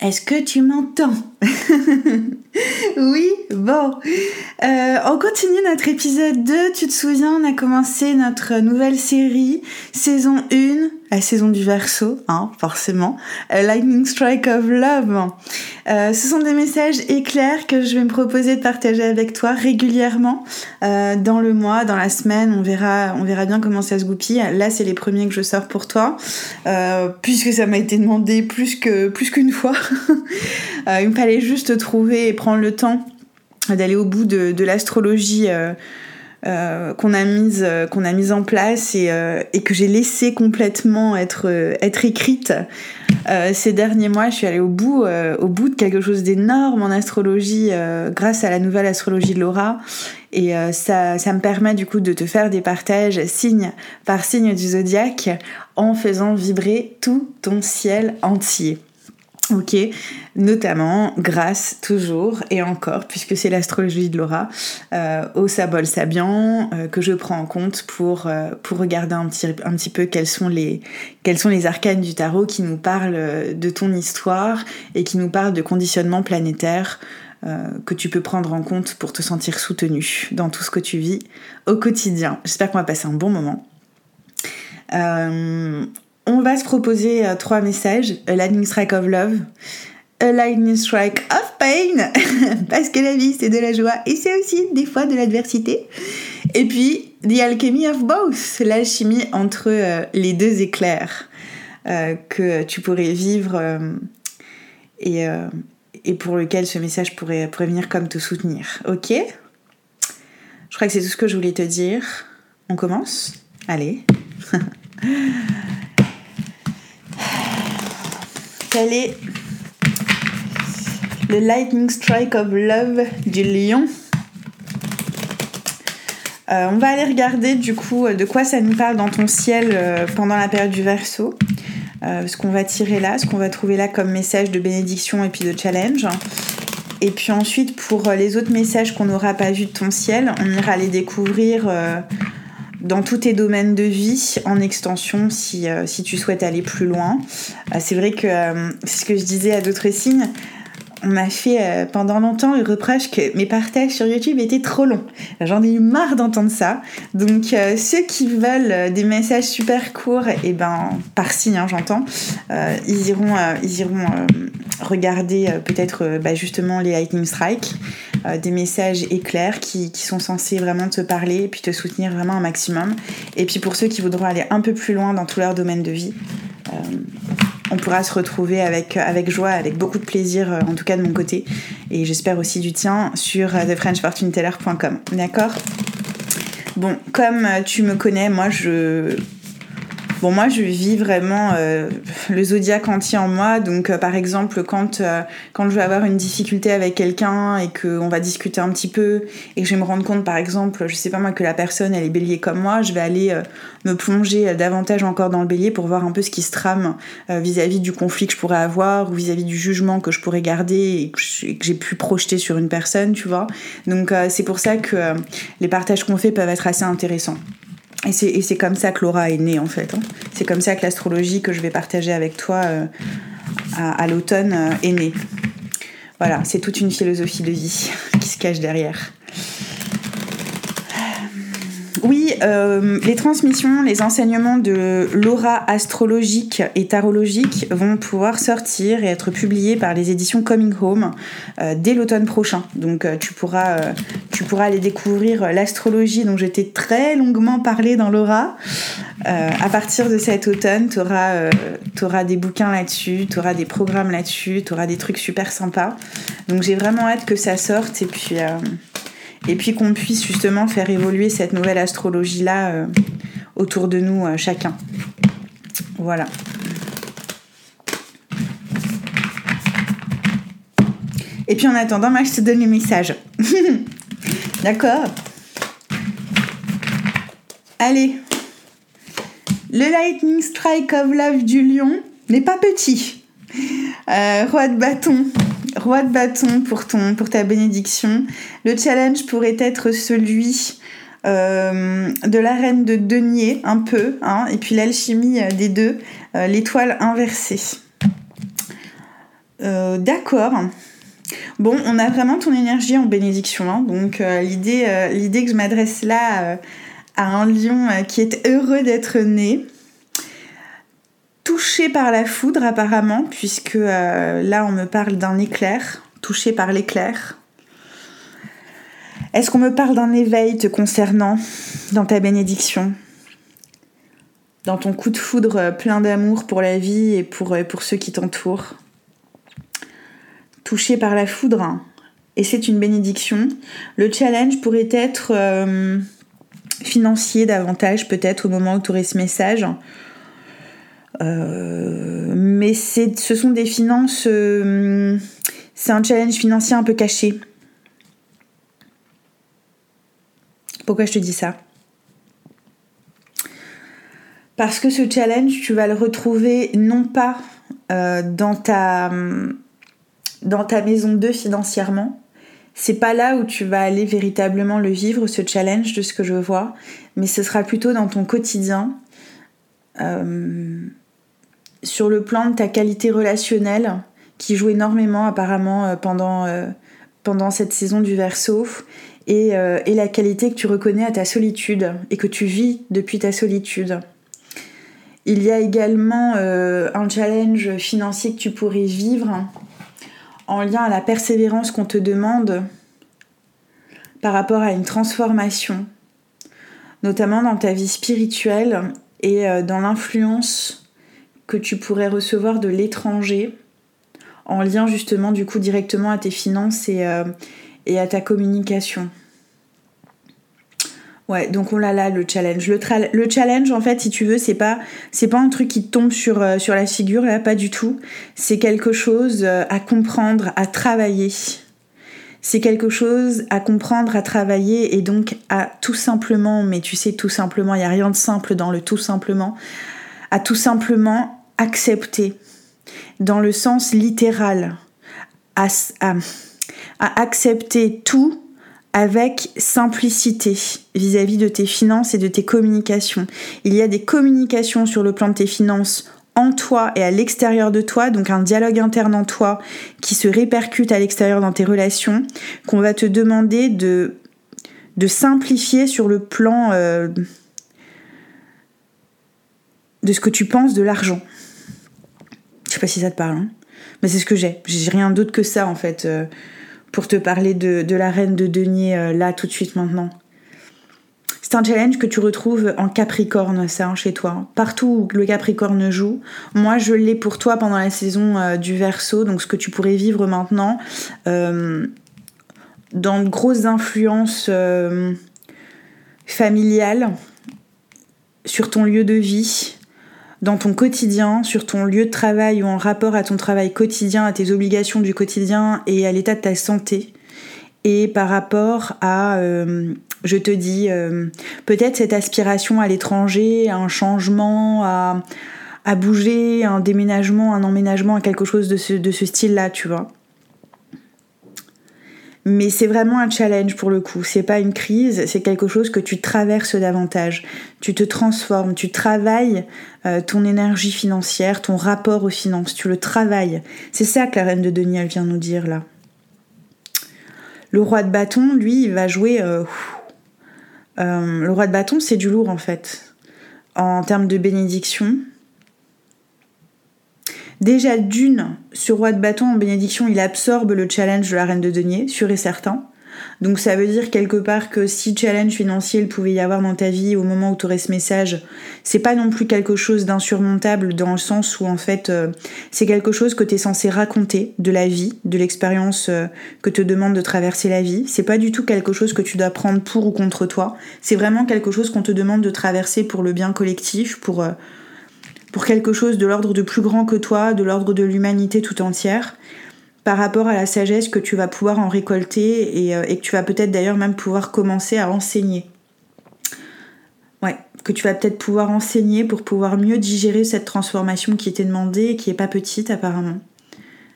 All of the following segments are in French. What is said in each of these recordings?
Est-ce que tu m'entends? Oui, bon. On continue notre épisode 2. Tu te souviens, on a commencé notre nouvelle série, saison 1, la saison du Verseau, forcément. Lightning Strike of Love. Ce sont des messages éclairs que je vais me proposer de partager avec toi régulièrement dans le mois, dans la semaine. On verra bien comment ça se goupille. Là, c'est les premiers que je sors pour toi, puisque ça m'a été demandé plus qu'une fois. Il me fallait juste trouver et prendre le temps d'aller au bout de l'astrologie qu'on a mise en place et que j'ai laissé complètement être écrite. Ces derniers mois, je suis allée au bout de quelque chose d'énorme en astrologie grâce à la nouvelle astrologie de Laura. Et ça me permet du coup de te faire des partages signe par signe du zodiaque en faisant vibrer tout ton ciel entier. Ok, notamment grâce toujours et encore, puisque c'est l'astrologie de Laura, au Sabol Sabian que je prends en compte pour regarder un petit peu quels sont les arcanes du tarot qui nous parlent de ton histoire et qui nous parlent de conditionnement planétaire que tu peux prendre en compte pour te sentir soutenu dans tout ce que tu vis au quotidien. J'espère qu'on va passer un bon moment. On va se proposer 3 messages. A Lightning Strike of Love, A Lightning Strike of Pain, parce que la vie c'est de la joie et c'est aussi des fois de l'adversité. Et puis The Alchemy of Both, l'alchimie entre les deux éclairs que tu pourrais vivre et pour lequel ce message pourrait venir comme te soutenir. Ok ? Je crois que c'est tout ce que je voulais te dire. On commence ? Allez. Quel est le Lightning Strike of Love du lion? On va aller regarder du coup de quoi ça nous parle dans ton ciel pendant la période du Verseau. Ce qu'on va tirer là, ce qu'on va trouver là comme message de bénédiction et puis de challenge. Et puis ensuite, pour les autres messages qu'on n'aura pas vus de ton ciel, on ira les découvrir dans tous tes domaines de vie, en extension, si tu souhaites aller plus loin. C'est vrai que c'est ce que je disais à d'autres signes. On m'a fait pendant longtemps le reproche que mes partages sur YouTube étaient trop longs. J'en ai eu marre d'entendre ça. Donc ceux qui veulent des messages super courts, et par signe, j'entends, ils iront regarder peut-être justement les Lightning Strike, des messages éclairs qui sont censés vraiment te parler et puis te soutenir vraiment un maximum. Et puis pour ceux qui voudront aller un peu plus loin dans tout leur domaine de vie, on pourra se retrouver avec joie, avec beaucoup de plaisir, en tout cas de mon côté. Et j'espère aussi du tien sur thefrenchfortuneteller.com. D'accord ? Bon, comme tu me connais, moi je vis vraiment le zodiaque entier en moi. Donc, par exemple, quand je vais avoir une difficulté avec quelqu'un et qu'on va discuter un petit peu et que je vais me rendre compte, par exemple, je sais pas moi, que la personne, elle est bélier comme moi, je vais aller me plonger davantage encore dans le bélier pour voir un peu ce qui se trame vis-à-vis du conflit que je pourrais avoir ou vis-à-vis du jugement que je pourrais garder et que j'ai pu projeter sur une personne, tu vois. Donc, c'est pour ça que les partages qu'on fait peuvent être assez intéressants. Et c'est comme ça que Laura est née en fait. C'est comme ça que l'astrologie que je vais partager avec toi à l'automne est née. Voilà, c'est toute une philosophie de vie qui se cache derrière. Oui, les transmissions, les enseignements de l'aura astrologique et tarologique vont pouvoir sortir et être publiés par les éditions Coming Home dès l'automne prochain. Donc tu pourras aller découvrir l'astrologie dont je t'ai très longuement parlé dans l'aura. À partir de cet automne, t'auras des bouquins là-dessus, t'auras des programmes là-dessus, t'auras des trucs super sympas. Donc j'ai vraiment hâte que ça sorte et puis qu'on puisse justement faire évoluer cette nouvelle astrologie-là autour de nous chacun. Voilà. Et puis en attendant, moi je te donne les messages. D'accord ? Allez. Le Lightning Strike of Love du lion n'est pas petit. Roi de bâton. Roi de bâton pour ta bénédiction. Le challenge pourrait être celui de la reine de denier, un peu, et puis l'alchimie des deux, l'étoile inversée. D'accord. Bon, on a vraiment ton énergie en bénédiction, hein. Donc l'idée que je m'adresse là à un lion qui est heureux d'être né, touché par la foudre apparemment, puisque là on me parle d'un éclair, touché par l'éclair. Est-ce qu'on me parle d'un éveil te concernant dans ta bénédiction, dans ton coup de foudre plein d'amour pour la vie et pour ceux qui t'entourent? Touché par la foudre, et c'est une bénédiction. Le challenge pourrait être financier davantage, peut-être au moment où tu aurais ce message. Mais ce sont des finances... c'est un challenge financier un peu caché. Pourquoi je te dis ça ? Parce que ce challenge, tu vas le retrouver non pas dans ta maison 2 financièrement. C'est pas là où tu vas aller véritablement le vivre, ce challenge, de ce que je vois, mais ce sera plutôt dans ton quotidien, sur le plan de ta qualité relationnelle, qui joue énormément apparemment pendant cette saison du Verseau, et la qualité que tu reconnais à ta solitude, et que tu vis depuis ta solitude. Il y a également un challenge financier que tu pourrais vivre en lien à la persévérance qu'on te demande par rapport à une transformation, notamment dans ta vie spirituelle et dans l'influence que tu pourrais recevoir de l'étranger, en lien justement du coup directement à tes finances et à ta communication. Ouais, donc on l'a là, le challenge. Le challenge, en fait, si tu veux, c'est pas un truc qui te tombe sur la figure, là, pas du tout. C'est quelque chose à comprendre, à travailler. C'est quelque chose à comprendre, à travailler, et donc à tout simplement, mais tu sais, tout simplement, il n'y a rien de simple dans le tout simplement, à tout simplement accepter, dans le sens littéral, à accepter tout avec simplicité vis-à-vis de tes finances et de tes communications. Il y a des communications sur le plan de tes finances en toi et à l'extérieur de toi, donc un dialogue interne en toi qui se répercute à l'extérieur dans tes relations, qu'on va te demander de simplifier sur le plan de ce que tu penses de l'argent. Je sais pas si ça te parle, hein, mais c'est ce que j'ai. J'ai rien d'autre que ça en fait. Pour te parler de la reine de denier là tout de suite maintenant. C'est un challenge que tu retrouves en Capricorne, ça, chez toi. Partout où le Capricorne joue. Moi, je l'ai pour toi pendant la saison du Verseau, donc ce que tu pourrais vivre maintenant, dans de grosses influences familiales sur ton lieu de vie, dans ton quotidien, sur ton lieu de travail ou en rapport à ton travail quotidien, à tes obligations du quotidien et à l'état de ta santé. Et par rapport à, je te dis, peut-être cette aspiration à l'étranger, à un changement, à bouger, un déménagement, un emménagement, à quelque chose de ce style-là, tu vois. Mais c'est vraiment un challenge pour le coup, c'est pas une crise, c'est quelque chose que tu traverses davantage. Tu te transformes, tu travailles ton énergie financière, ton rapport aux finances, tu le travailles. C'est ça que la reine de denier elle vient nous dire là. Le roi de bâton, lui, il va jouer... le roi de bâton, c'est du lourd en fait. En termes de bénédiction... Déjà ce roi de bâton en bénédiction, il absorbe le challenge de la reine de denier, sûr et certain. Donc ça veut dire quelque part que si challenge financier il pouvait y avoir dans ta vie au moment où tu aurais ce message, c'est pas non plus quelque chose d'insurmontable dans le sens où en fait c'est quelque chose que tu es censé raconter de la vie, de l'expérience que te demande de traverser la vie. C'est pas du tout quelque chose que tu dois prendre pour ou contre toi. C'est vraiment quelque chose qu'on te demande de traverser pour le bien collectif, pour quelque chose de l'ordre de plus grand que toi, de l'ordre de l'humanité tout entière, par rapport à la sagesse que tu vas pouvoir en récolter et que tu vas peut-être d'ailleurs même pouvoir commencer à enseigner. Ouais, que tu vas peut-être pouvoir enseigner pour pouvoir mieux digérer cette transformation qui t'est demandée et qui est pas petite apparemment. D'accord ?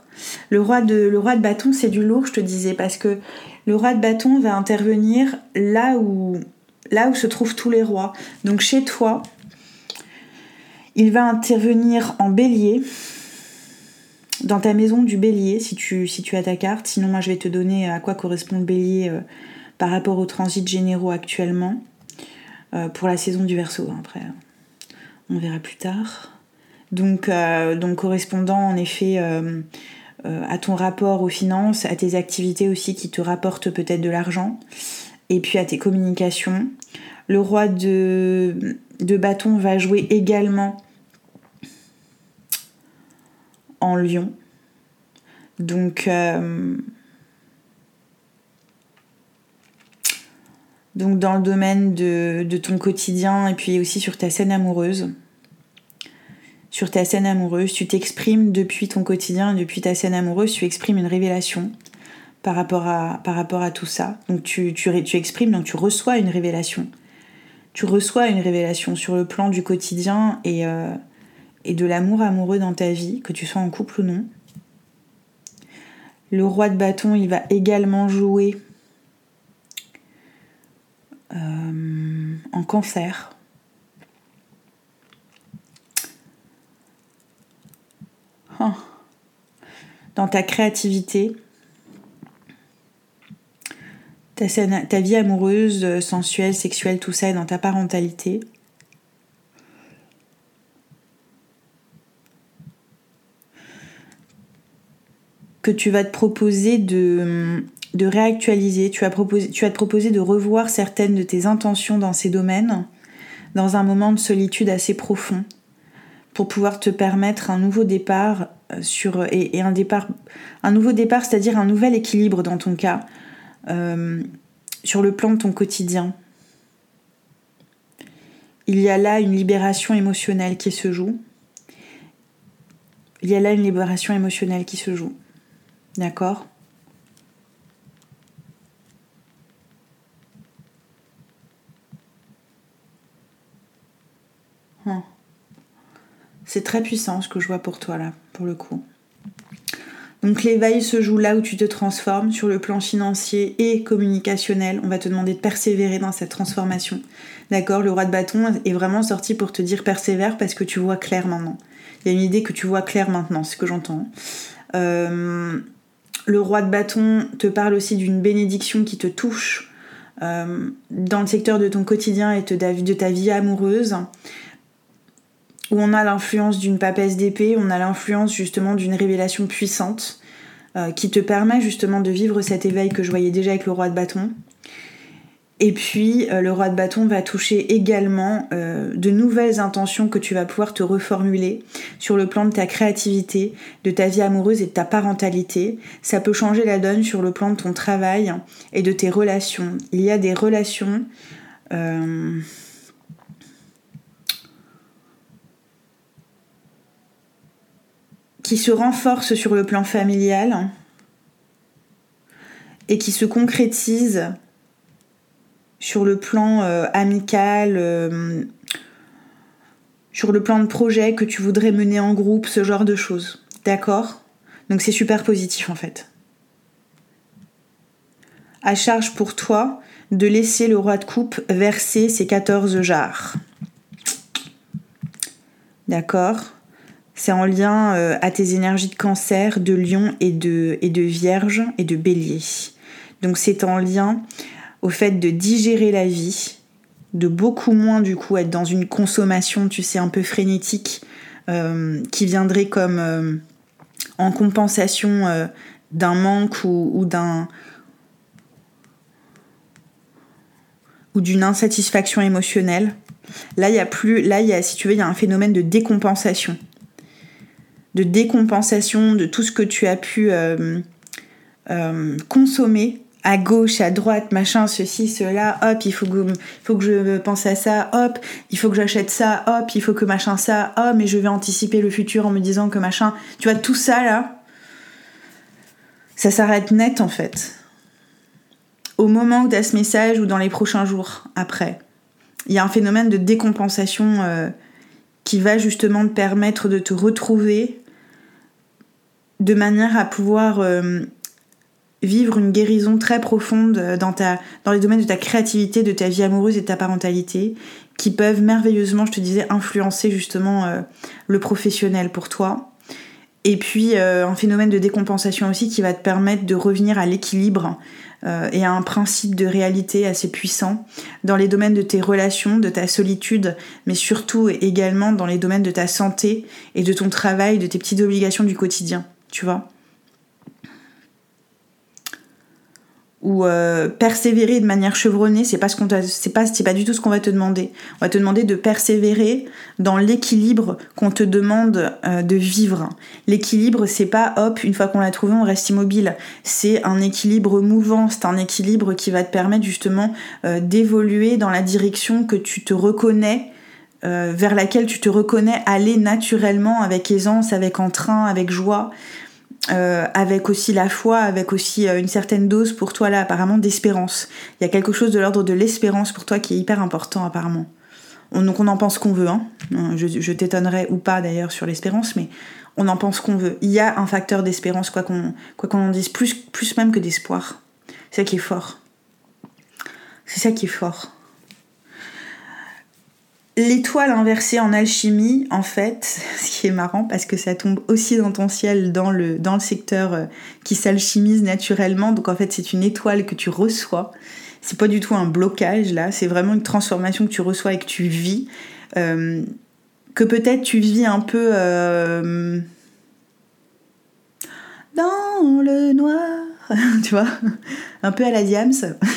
Le roi de bâton, c'est du lourd, je te disais, parce que le roi de bâton va intervenir là où se trouvent tous les rois. Donc chez toi, il va intervenir en bélier, dans ta maison du bélier, si tu as ta carte. Sinon, moi, je vais te donner à quoi correspond le bélier par rapport aux transits généraux actuellement pour la saison du Verseau. Après, on verra plus tard. Donc correspondant en effet à ton rapport aux finances, à tes activités aussi qui te rapportent peut-être de l'argent, et puis à tes communications. Le roi de bâton va jouer également en Lion. Donc dans le domaine de ton quotidien et puis aussi sur ta scène amoureuse. Sur ta scène amoureuse, tu t'exprimes depuis ton quotidien, depuis ta scène amoureuse, tu exprimes une révélation par rapport à tout ça. Donc tu exprimes, donc tu reçois une révélation. Tu reçois une révélation sur le plan du quotidien et de l'amour amoureux dans ta vie, que tu sois en couple ou non. Le roi de bâton, il va également jouer en Cancer. Dans ta créativité, ta vie amoureuse, sensuelle, sexuelle, tout ça, et dans ta parentalité. Que tu vas te proposer de réactualiser, tu vas te proposer de revoir certaines de tes intentions dans ces domaines, dans un moment de solitude assez profond, pour pouvoir te permettre un nouveau départ un nouveau départ, c'est-à-dire un nouvel équilibre dans ton cas, sur le plan de ton quotidien. Il y a là une libération émotionnelle qui se joue. D'accord ? C'est très puissant ce que je vois pour toi là, pour le coup. Donc l'éveil se joue là où tu te transformes, sur le plan financier et communicationnel. On va te demander de persévérer dans cette transformation. D'accord ? Le roi de bâton est vraiment sorti pour te dire persévère parce que tu vois clair maintenant. Il y a une idée que tu vois clair maintenant, c'est ce que j'entends. Le roi de bâton te parle aussi d'une bénédiction qui te touche dans le secteur de ton quotidien et de ta vie amoureuse, où on a l'influence d'une papesse d'épée, on a l'influence justement d'une révélation puissante qui te permet justement de vivre cet éveil que je voyais déjà avec le roi de bâton. Et puis le roi de bâton va toucher également de nouvelles intentions que tu vas pouvoir te reformuler sur le plan de ta créativité, de ta vie amoureuse et de ta parentalité. Ça peut changer la donne sur le plan de ton travail et de tes relations. Il y a des relations qui se renforcent sur le plan familial et qui se concrétisent sur le plan amical, sur le plan de projet que tu voudrais mener en groupe, ce genre de choses. D'accord ? Donc c'est super positif en fait. À charge pour toi de laisser le roi de coupe verser ses 14 jarres. D'accord ? C'est en lien à tes énergies de cancer, de lion et de vierge et de bélier. Donc c'est en lien au fait de digérer la vie, de beaucoup moins du coup être dans une consommation, tu sais, un peu frénétique, qui viendrait comme en compensation d'un manque ou d'une insatisfaction émotionnelle. Là, il y a si tu veux, il y a un phénomène de décompensation. De décompensation de tout ce que tu as pu consommer à gauche, à droite, machin, ceci, cela, hop, il faut que je pense à ça, hop, il faut que j'achète ça, hop, il faut que machin ça, oh, mais je vais anticiper le futur en me disant que machin, tu vois, tout ça là, ça s'arrête net en fait. Au moment où tu as ce message ou dans les prochains jours après, il y a un phénomène de décompensation qui va justement te permettre de te retrouver de manière à pouvoir vivre une guérison très profonde dans les domaines de ta créativité, de ta vie amoureuse et de ta parentalité, qui peuvent merveilleusement, je te disais, influencer justement le professionnel pour toi. Et puis un phénomène de décompensation aussi qui va te permettre de revenir à l'équilibre et à un principe de réalité assez puissant dans les domaines de tes relations, de ta solitude, mais surtout également dans les domaines de ta santé et de ton travail, de tes petites obligations du quotidien, tu vois. Ou persévérer de manière chevronnée, c'est pas du tout ce qu'on va te demander. On va te demander de persévérer dans l'équilibre qu'on te demande de vivre. L'équilibre, c'est pas hop, une fois qu'on l'a trouvé, on reste immobile. C'est un équilibre mouvant, c'est un équilibre qui va te permettre justement d'évoluer dans la direction que tu te reconnais, vers laquelle tu te reconnais aller naturellement, avec aisance, avec entrain, avec joie. Avec aussi la foi, avec aussi une certaine dose pour toi là apparemment d'espérance. Il y a quelque chose de l'ordre de l'espérance pour toi qui est hyper important apparemment. Donc on en pense qu'on veut, hein. Je t'étonnerai ou pas d'ailleurs sur l'espérance, mais on en pense qu'on veut. Il y a un facteur d'espérance, quoi qu'on en dise, plus même que d'espoir. C'est ça qui est fort. C'est ça qui est fort. L'étoile inversée en alchimie, en fait, ce qui est marrant parce que ça tombe aussi dans ton ciel dans le secteur qui s'alchimise naturellement. Donc en fait, c'est une étoile que tu reçois. C'est pas du tout un blocage là, c'est vraiment une transformation que tu reçois et que tu vis. Que peut-être tu vis un peu dans le noir, tu vois, un peu à la Diams.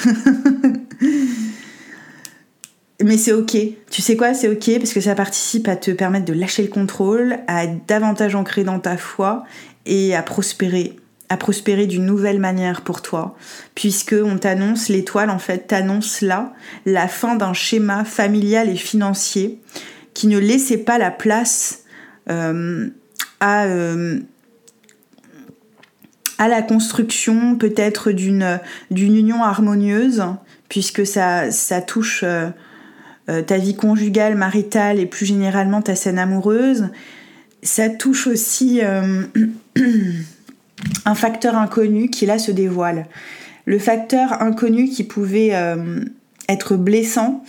Mais c'est ok. Tu sais quoi, c'est ok parce que ça participe à te permettre de lâcher le contrôle, à être davantage ancré dans ta foi et à prospérer d'une nouvelle manière pour toi. Puisque on t'annonce, l'étoile en fait t'annonce là la fin d'un schéma familial et financier qui ne laissait pas la place à la construction peut-être d'une union harmonieuse, puisque ça touche ta vie conjugale, maritale et plus généralement ta scène amoureuse. Ça touche aussi un facteur inconnu qui là se dévoile. Le facteur inconnu qui pouvait être blessant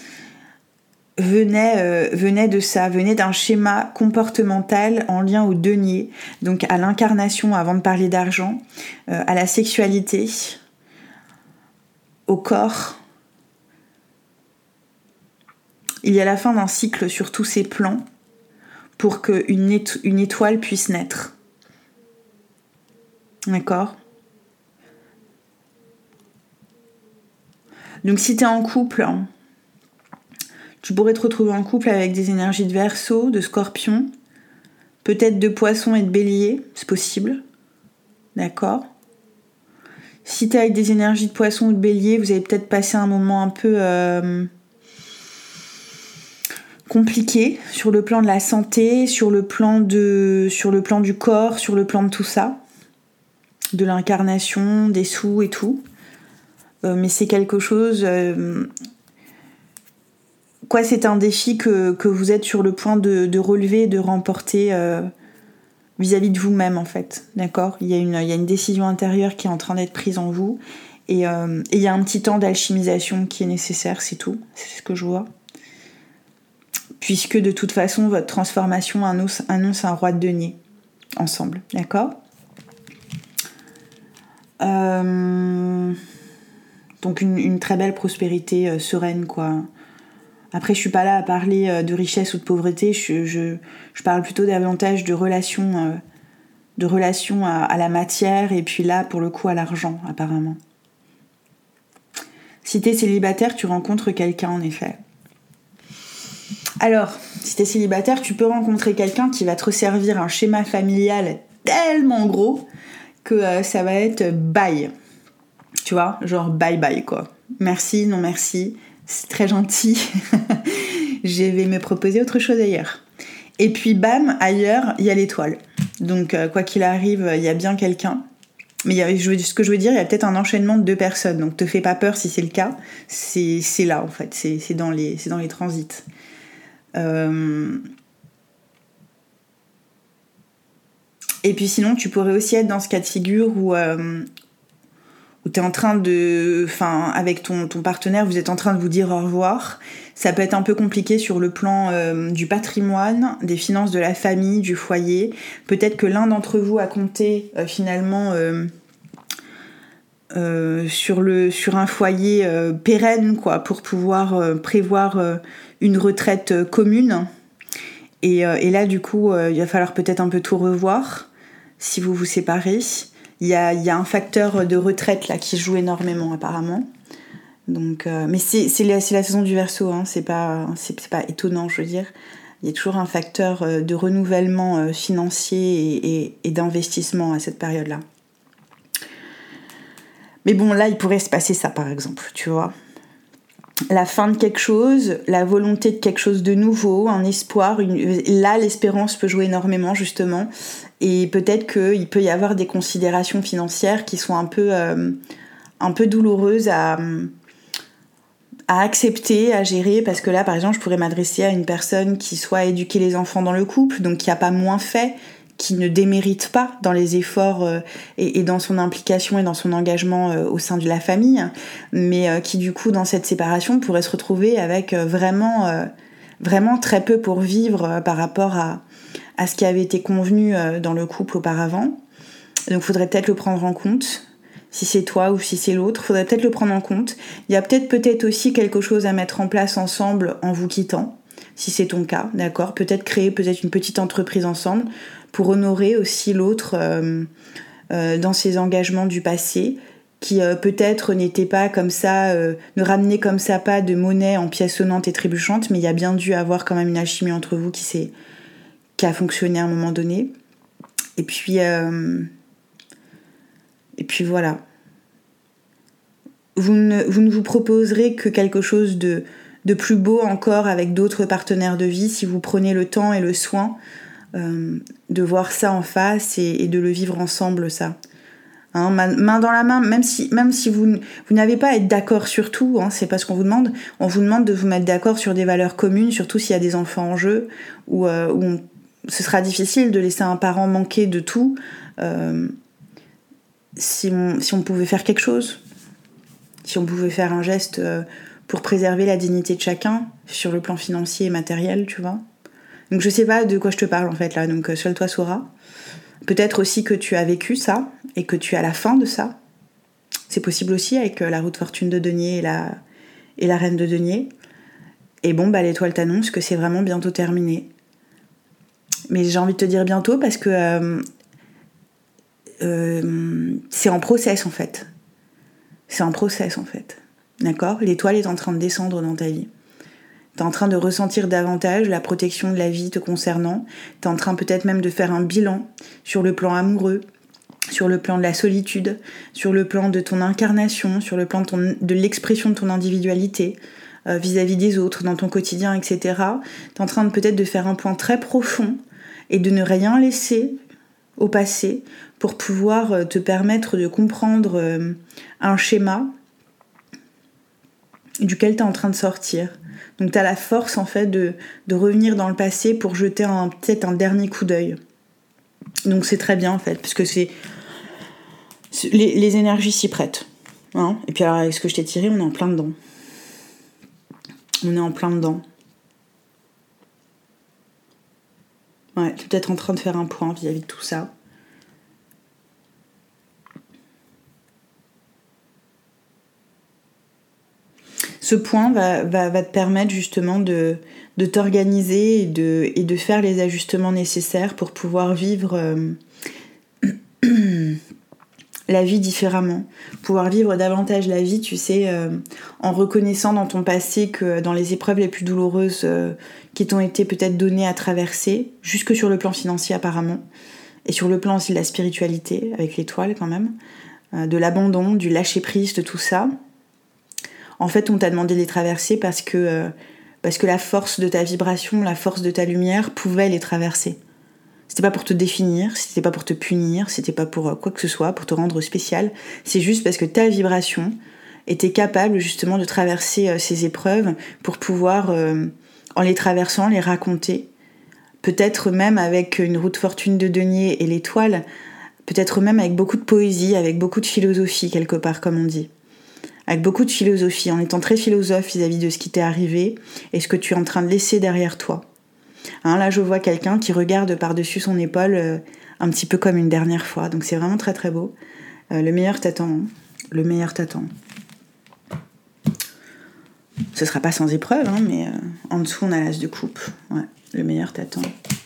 venait de ça, venait d'un schéma comportemental en lien au denier, donc à l'incarnation avant de parler d'argent, à la sexualité, au corps. Il y a la fin d'un cycle sur tous ces plans pour qu'une étoile puisse naître. D'accord ? Donc si t'es en couple, tu pourrais te retrouver en couple avec des énergies de Verseau, de Scorpion, peut-être de Poisson et de Bélier, c'est possible. D'accord ? Si t'es avec des énergies de Poisson ou de Bélier, vous avez peut-être passé un moment un peu compliqué sur le plan de la santé, sur le plan du corps, sur le plan de tout ça, de l'incarnation, des sous et tout. Mais c'est quelque chose... c'est un défi que vous êtes sur le point de relever, de remporter vis-à-vis de vous-même en fait, d'accord ? Il y a une décision intérieure qui est en train d'être prise en vous et il y a un petit temps d'alchimisation qui est nécessaire, c'est tout, c'est ce que je vois. Puisque de toute façon, votre transformation annonce un roi de denier ensemble, d'accord ? Donc une très belle prospérité sereine, quoi. Après, je suis pas là à parler de richesse ou de pauvreté, je parle plutôt davantage de relation à la matière et puis là, pour le coup, à l'argent, apparemment. Si t'es célibataire, tu rencontres quelqu'un, en effet. Alors, si t'es célibataire, tu peux rencontrer quelqu'un qui va te resservir un schéma familial tellement gros que ça va être bye. Tu vois, genre bye bye quoi. Merci, non merci, c'est très gentil. Je vais me proposer autre chose ailleurs. Et puis bam, ailleurs, il y a l'étoile. Donc quoi qu'il arrive, il y a bien quelqu'un. Mais ce que je veux dire, il y a peut-être un enchaînement de 2 personnes. Donc te fais pas peur si c'est le cas. C'est là en fait, c'est dans les transits. Et puis sinon, tu pourrais aussi être dans ce cas de figure où où t'es en train de... Enfin, avec ton partenaire, vous êtes en train de vous dire au revoir. Ça peut être un peu compliqué sur le plan du patrimoine, des finances de la famille, du foyer. Peut-être que l'un d'entre vous a compté finalement sur un foyer pérenne, quoi, pour pouvoir prévoir une retraite commune. Et là, du coup, il va falloir peut-être un peu tout revoir si vous vous séparez. Il y a un facteur de retraite là qui joue énormément apparemment. Donc, mais c'est la saison du Verseau, hein, c'est pas étonnant, je veux dire. Il y a toujours un facteur de renouvellement financier et d'investissement à cette période-là. Mais bon, là, il pourrait se passer ça, par exemple, tu vois. La fin de quelque chose, la volonté de quelque chose de nouveau, un espoir. Là, l'espérance peut jouer énormément, justement. Et peut-être qu'il peut y avoir des considérations financières qui sont un peu douloureuses à accepter, à gérer. Parce que là, par exemple, je pourrais m'adresser à une personne qui soit éduquer les enfants dans le couple, donc qui n'a pas moins fait, qui ne démérite pas dans les efforts et dans son implication et dans son engagement au sein de la famille, mais qui du coup dans cette séparation pourrait se retrouver avec vraiment très peu pour vivre par rapport à ce qui avait été convenu dans le couple auparavant. Donc il faudrait peut-être le prendre en compte, si c'est toi ou si c'est l'autre, il faudrait peut-être le prendre en compte. Il y a peut-être aussi quelque chose à mettre en place ensemble en vous quittant, si c'est ton cas, d'accord ? Peut-être créer une petite entreprise ensemble pour honorer aussi l'autre dans ses engagements du passé, qui peut-être n'était pas comme ça, ne ramenait comme ça pas de monnaie en pièces sonnantes et trébuchantes, mais il y a bien dû avoir quand même une alchimie entre vous qui a fonctionné à un moment donné. Et puis voilà. Vous ne vous proposerez que quelque chose de plus beau encore avec d'autres partenaires de vie si vous prenez le temps et le soin de voir ça en face et de le vivre ensemble, ça. Hein, main dans la main, même si vous n'avez pas à être d'accord sur tout, hein, c'est pas ce qu'on vous demande. On vous demande de vous mettre d'accord sur des valeurs communes, surtout s'il y a des enfants en jeu, où ce sera difficile de laisser un parent manquer de tout. Si on pouvait faire quelque chose, si on pouvait faire un geste pour préserver la dignité de chacun sur le plan financier et matériel, tu vois. Donc je sais pas de quoi je te parle en fait là, donc seul toi sauras. Peut-être aussi que tu as vécu ça et que tu es à la fin de ça. C'est possible aussi avec la roue de fortune de denier et la reine de denier. Et bon, l'étoile t'annonce que c'est vraiment bientôt terminé. Mais j'ai envie de te dire bientôt parce que c'est en process en fait. C'est en process en fait. D'accord ? L'étoile est en train de descendre dans ta vie. T'es en train de ressentir davantage la protection de la vie te concernant. T'es en train peut-être même de faire un bilan sur le plan amoureux, sur le plan de la solitude, sur le plan de ton incarnation, sur le plan de l'expression de ton individualité vis-à-vis des autres, dans ton quotidien, etc. T'es en train peut-être de faire un point très profond et de ne rien laisser au passé pour pouvoir te permettre de comprendre un schéma duquel t'es en train de sortir. Donc t'as la force en fait de revenir dans le passé pour jeter peut-être un dernier coup d'œil. Donc c'est très bien en fait, parce que les énergies s'y prêtent. Hein, et puis alors avec ce que je t'ai tiré, on est en plein dedans. Ouais, tu es peut-être en train de faire un point vis-à-vis de tout ça. Ce point va te permettre justement de t'organiser et de faire les ajustements nécessaires pour pouvoir vivre la vie différemment. Pouvoir vivre davantage la vie, tu sais, en reconnaissant dans ton passé que dans les épreuves les plus douloureuses qui t'ont été peut-être données à traverser, jusque sur le plan financier apparemment, et sur le plan aussi de la spiritualité, avec l'étoile quand même, de l'abandon, du lâcher-prise, de tout ça. En fait, on t'a demandé de les traverser parce que la force de ta vibration, la force de ta lumière pouvait les traverser. C'était pas pour te définir, c'était pas pour te punir, c'était pas pour quoi que ce soit, pour te rendre spécial. C'est juste parce que ta vibration était capable justement de traverser ces épreuves pour pouvoir, en les traversant, les raconter. Peut-être même avec une roue de fortune de denier et l'étoile, peut-être même avec beaucoup de poésie, avec beaucoup de philosophie quelque part, comme on dit. Avec beaucoup de philosophie, en étant très philosophe vis-à-vis de ce qui t'est arrivé et ce que tu es en train de laisser derrière toi. Hein, là, je vois quelqu'un qui regarde par-dessus son épaule un petit peu comme une dernière fois. Donc c'est vraiment très très beau. Le meilleur t'attend. Hein. Le meilleur t'attend. Ce sera pas sans épreuve, hein, mais en dessous, on a l'as de coupe. Ouais, le meilleur t'attend.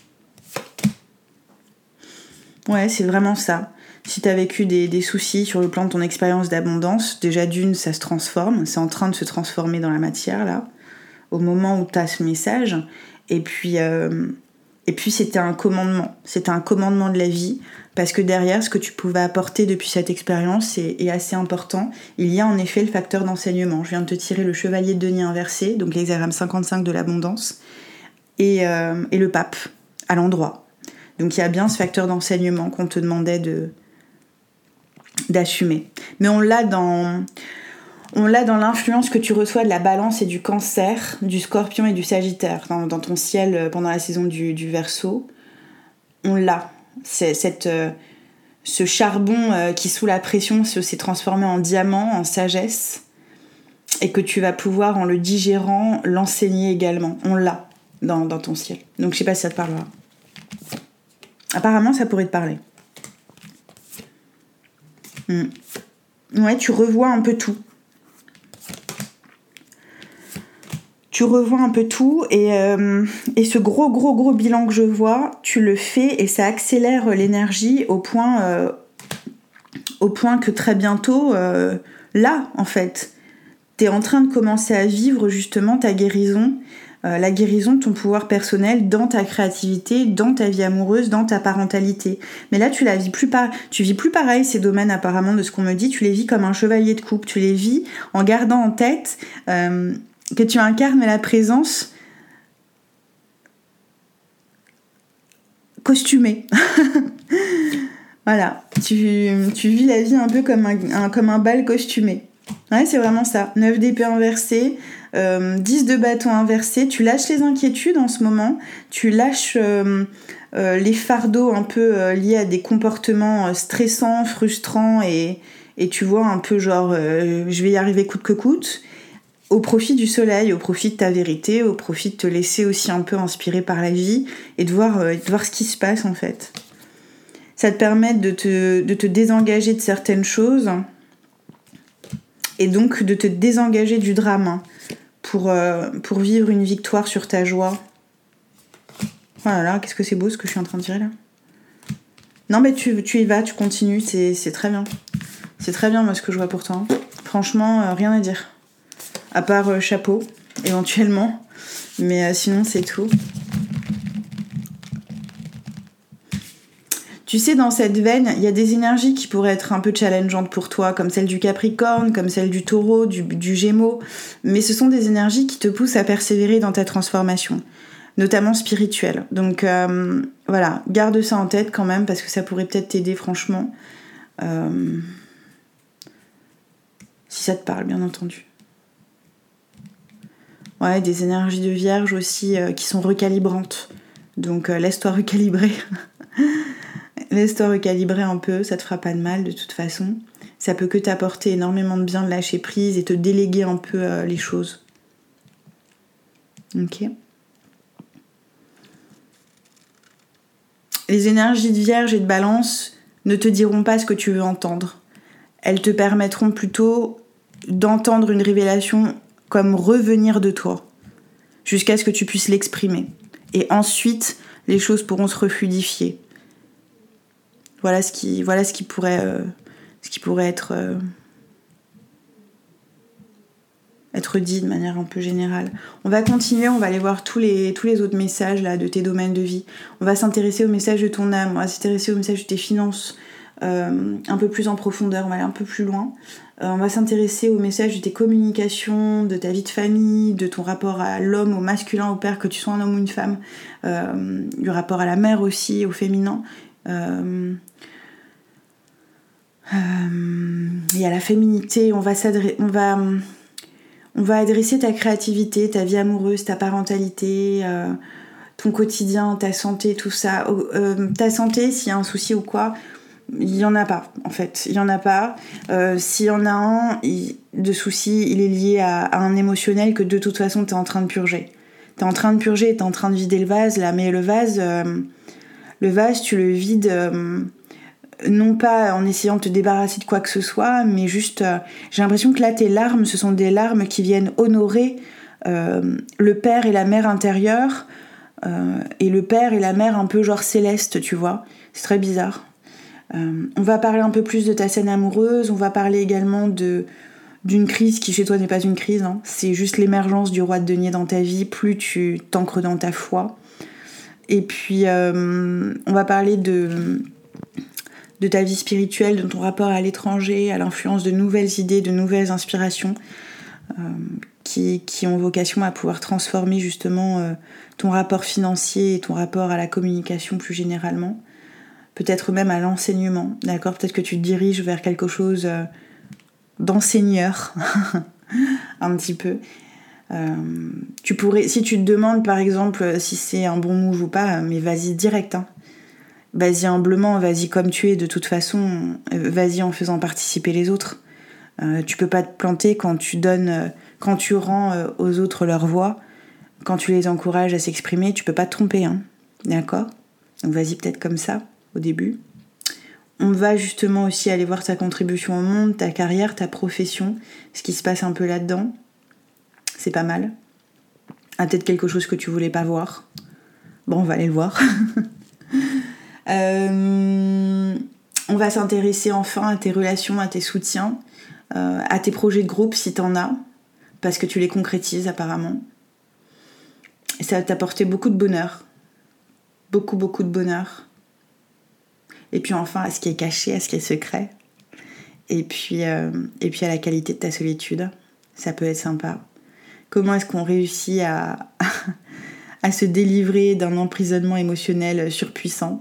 Ouais, c'est vraiment ça. Si t'as vécu des soucis sur le plan de ton expérience d'abondance, déjà d'une, ça se transforme. C'est en train de se transformer dans la matière, là, au moment où t'as ce message. Et puis c'était un commandement. C'était un commandement de la vie. Parce que derrière, ce que tu pouvais apporter depuis cette expérience est assez important. Il y a en effet le facteur d'enseignement. Je viens de te tirer le chevalier de denier inversé, donc l'hexagramme 55 de l'abondance, et le pape, à l'endroit. Donc il y a bien ce facteur d'enseignement qu'on te demandait d'assumer. Mais on l'a dans l'influence que tu reçois de la balance et du cancer, du scorpion et du sagittaire, dans ton ciel pendant la saison du Verseau. On l'a. C'est ce charbon qui, sous la pression, s'est transformé en diamant, en sagesse, et que tu vas pouvoir, en le digérant, l'enseigner également. On l'a dans ton ciel. Donc je sais pas si ça te parlera. Apparemment, ça pourrait te parler. Ouais, tu revois un peu tout. Tu revois un peu tout et ce gros bilan que je vois, tu le fais et ça accélère l'énergie au point que très bientôt, là, en fait, t'es en train de commencer à vivre justement ta guérison, la guérison de ton pouvoir personnel dans ta créativité, dans ta vie amoureuse, dans ta parentalité. Mais là, tu vis plus pareil ces domaines apparemment de ce qu'on me dit, tu les vis comme un chevalier de coupe, tu les vis en gardant en tête que tu incarnes la présence costumée. Voilà, tu vis la vie un peu comme un bal costumé. Ouais, c'est vraiment ça. 9 d'épée inversé, 10 de bâton inversé. Tu lâches les inquiétudes en ce moment. Tu lâches les fardeaux un peu liés à des comportements stressants, frustrants et tu vois un peu genre je vais y arriver coûte que coûte. Au profit du soleil, au profit de ta vérité, au profit de te laisser aussi un peu inspirer par la vie et de voir ce qui se passe en fait. Ça te permet de te désengager de certaines choses et donc de te désengager du drame pour vivre une victoire sur ta joie. Voilà, qu'est-ce que c'est beau ce que je suis en train de tirer là. Non mais tu y vas, tu continues, c'est très bien. C'est très bien moi ce que je vois pour toi. Franchement, rien à dire. À part chapeau, éventuellement. Mais sinon, c'est tout. Tu sais, dans cette veine, il y a des énergies qui pourraient être un peu challengeantes pour toi, comme celle du Capricorne, comme celle du Taureau, du Gémeaux. Mais ce sont des énergies qui te poussent à persévérer dans ta transformation, notamment spirituelle. Donc voilà, garde ça en tête quand même, parce que ça pourrait peut-être t'aider, franchement. Si ça te parle, bien entendu. Ouais, des énergies de Vierge aussi qui sont recalibrantes. Donc laisse-toi recalibrer. Laisse-toi recalibrer un peu, ça te fera pas de mal de toute façon. Ça peut que t'apporter énormément de bien de lâcher prise et te déléguer un peu les choses. Ok. Les énergies de Vierge et de Balance ne te diront pas ce que tu veux entendre. Elles te permettront plutôt d'entendre une révélation comme revenir de toi, jusqu'à ce que tu puisses l'exprimer. Et ensuite, les choses pourront se refluidifier. Voilà ce qui pourrait être dit de manière un peu générale. On va continuer, on va aller voir tous les autres messages là, de tes domaines de vie. On va s'intéresser au message de ton âme, on va s'intéresser au message de tes finances, un peu plus en profondeur, on va aller un peu plus loin. On va s'intéresser au message de tes communications, de ta vie de famille, de ton rapport à l'homme, au masculin, au père, que tu sois un homme ou une femme, du rapport à la mère aussi, au féminin. Et à la féminité, on va adresser ta créativité, ta vie amoureuse, ta parentalité, ton quotidien, ta santé, tout ça. Ta santé, s'il y a un souci ou quoi, il y en a pas, en fait. Il y en a pas. S'il y en a un de souci, il est lié à un émotionnel que de toute façon t'es en train de purger. T'es en train de vider le vase, là, mais le vase, tu le vides non pas en essayant de te débarrasser de quoi que ce soit, mais juste, j'ai l'impression que là, tes larmes, ce sont des larmes qui viennent honorer le père et la mère intérieurs, et le père et la mère un peu genre céleste, tu vois. C'est très bizarre. On va parler un peu plus de ta scène amoureuse, on va parler également d'une crise qui chez toi n'est pas une crise, hein. C'est juste l'émergence du roi de denier dans ta vie, plus tu t'ancres dans ta foi. Et puis on va parler de ta vie spirituelle, de ton rapport à l'étranger, à l'influence de nouvelles idées, de nouvelles inspirations qui ont vocation à pouvoir transformer justement ton rapport financier et ton rapport à la communication plus généralement. Peut-être même à l'enseignement, d'accord ? Peut-être que tu te diriges vers quelque chose d'enseigneur, un petit peu. Tu pourrais, si tu te demandes par exemple si c'est un bon move ou pas, mais vas-y direct, hein. Vas-y humblement, vas-y comme tu es de toute façon, vas-y en faisant participer les autres. Tu peux pas te planter quand tu donnes, quand tu rends aux autres leur voix, quand tu les encourages à s'exprimer, tu peux pas te tromper, hein. D'accord ? Donc vas-y peut-être comme ça, au début. On va justement aussi aller voir ta contribution au monde, ta carrière, ta profession, ce qui se passe un peu là-dedans. C'est pas mal. Ah, peut-être quelque chose que tu voulais pas voir. Bon, on va aller le voir. On va s'intéresser enfin à tes relations, à tes soutiens, à tes projets de groupe si t'en as, parce que tu les concrétises apparemment. Et ça va t'apporter beaucoup de bonheur. Beaucoup, beaucoup de bonheur. Et puis enfin à ce qui est caché, à ce qui est secret. Et puis à la qualité de ta solitude. Ça peut être sympa. Comment est-ce qu'on réussit à se délivrer d'un emprisonnement émotionnel surpuissant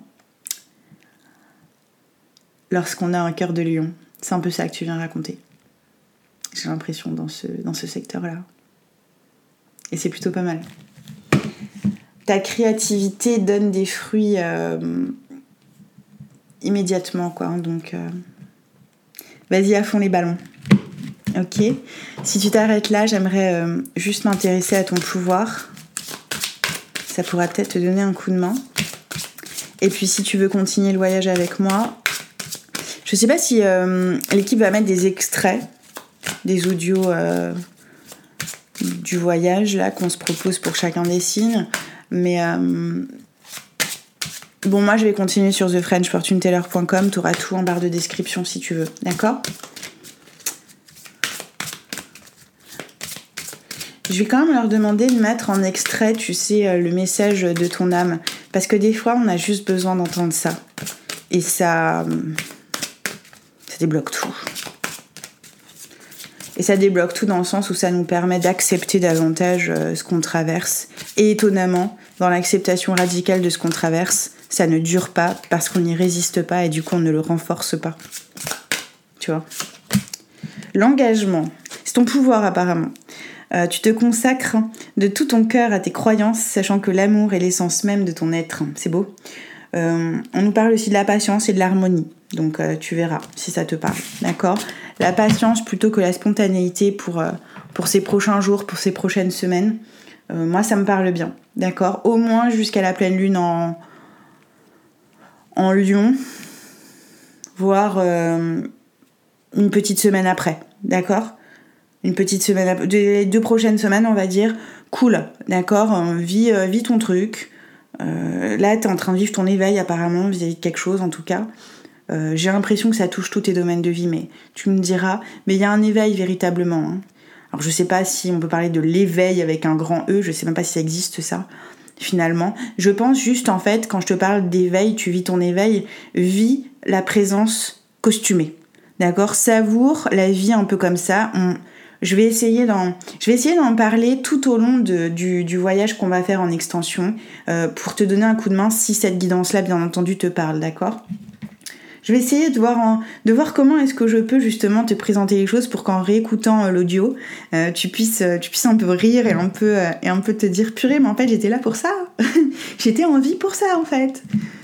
lorsqu'on a un cœur de lion. C'est un peu ça que tu viens raconter. J'ai l'impression dans ce secteur-là. Et c'est plutôt pas mal. Ta créativité donne des fruits immédiatement, quoi. Donc, vas-y à fond les ballons. Ok ? Si tu t'arrêtes là, j'aimerais juste m'intéresser à ton pouvoir. Ça pourra peut-être te donner un coup de main. Et puis, si tu veux continuer le voyage avec moi, je sais pas si l'équipe va mettre des extraits, des audios du voyage là qu'on se propose pour chacun des signes. Mais bon, moi je vais continuer sur thefrenchfortuneteller.com. Tu auras tout en barre de description si tu veux, d'accord ? Je vais quand même leur demander de mettre en extrait, tu sais, le message de ton âme. Parce que des fois, on a juste besoin d'entendre ça. Et ça débloque tout. Et ça débloque tout dans le sens où ça nous permet d'accepter davantage ce qu'on traverse. Et étonnamment, dans l'acceptation radicale de ce qu'on traverse, ça ne dure pas parce qu'on n'y résiste pas et du coup on ne le renforce pas. Tu vois ? L'engagement, c'est ton pouvoir apparemment. Tu te consacres de tout ton cœur à tes croyances, sachant que l'amour est l'essence même de ton être. C'est beau. On nous parle aussi de la patience et de l'harmonie. Donc tu verras si ça te parle. D'accord ? La patience plutôt que la spontanéité pour ces prochains jours, pour ces prochaines semaines. Moi, ça me parle bien. D'accord ? Au moins jusqu'à la pleine lune en Lion, voire une petite semaine après. D'accord ? Une petite semaine après. Les 2 prochaines semaines, on va dire. Cool. D'accord ? Vis ton truc. Là, t'es en train de vivre ton éveil apparemment vis-à-vis de quelque chose en tout cas. J'ai l'impression que ça touche tous tes domaines de vie, mais tu me diras. Mais il y a un éveil véritablement. Hein. Alors je sais pas si on peut parler de l'éveil avec un grand E, je sais même pas si ça existe ça, finalement. Je pense juste en fait, quand je te parle d'éveil, tu vis ton éveil, vis la présence costumée. D'accord ? Savoure la vie un peu comme ça. Je vais essayer d'en parler tout au long du voyage qu'on va faire en extension pour te donner un coup de main si cette guidance-là, bien entendu, te parle, d'accord ? Je vais essayer de voir comment est-ce que je peux justement te présenter les choses pour qu'en réécoutant l'audio, tu puisses un peu rire et un peu te dire purée, mais en fait j'étais là pour ça. J'étais en vie pour ça en fait.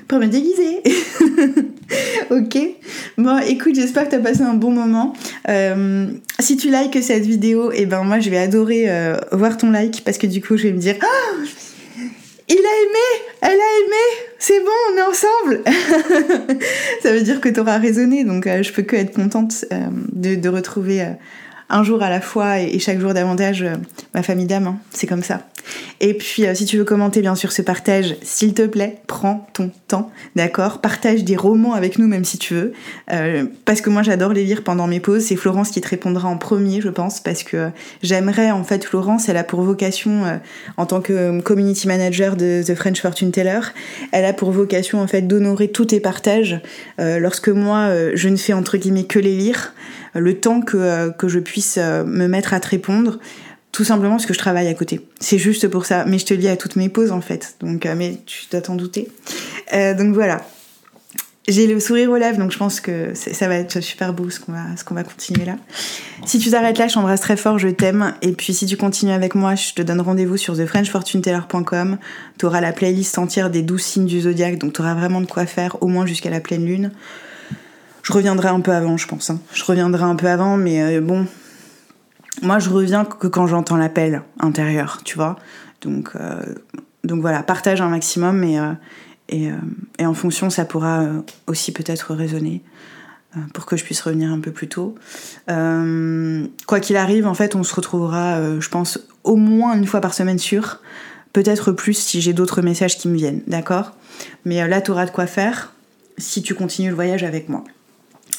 pour me déguiser. Ok. Bon, écoute, j'espère que t'as passé un bon moment. Si tu likes cette vidéo, et ben moi je vais adorer voir ton like parce que du coup je vais me dire oh, il a aimé, elle a aimé, c'est bon, on est ensemble. Ça veut dire que t'auras raisonné, donc je peux que être contente de retrouver un jour à la fois et chaque jour davantage ma famille d'âme, hein. C'est comme ça. Et puis si tu veux commenter bien sûr ce partage, s'il te plaît, prends ton temps, d'accord ? Partage des romans avec nous même si tu veux, parce que moi j'adore les lire pendant mes pauses. C'est Florence qui te répondra en premier je pense, parce que j'aimerais en fait, Florence elle a pour vocation en tant que community manager de The French Fortune Teller, elle a pour vocation en fait d'honorer tous tes partages lorsque moi je ne fais entre guillemets que les lire, le temps que je puisse me mettre à te répondre. Tout simplement parce que je travaille à côté. C'est juste pour ça. Mais je te lis à toutes mes pauses, en fait. Donc, mais tu dois t'en douter. Donc voilà. J'ai le sourire aux lèvres, donc je pense que ça va être super beau ce qu'on va continuer là. Si tu t'arrêtes là, je t'embrasse très fort, je t'aime. Et puis si tu continues avec moi, je te donne rendez-vous sur thefrenchfortuneteller.com. Tu auras la playlist entière des 12 signes du zodiaque, donc tu auras vraiment de quoi faire, au moins jusqu'à la pleine lune. Je reviendrai un peu avant, je pense. Hein. Je reviendrai un peu avant, mais bon... Moi, je reviens que quand j'entends l'appel intérieur, tu vois. Donc voilà, partage un maximum et en fonction, ça pourra aussi peut-être résonner pour que je puisse revenir un peu plus tôt. Quoi qu'il arrive, en fait, on se retrouvera, je pense, au moins une fois par semaine sûre. Peut-être plus si j'ai d'autres messages qui me viennent, d'accord ? Mais là, t'auras de quoi faire si tu continues le voyage avec moi.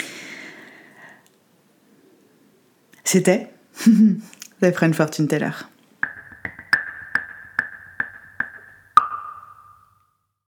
C'était... The French Fortune Teller.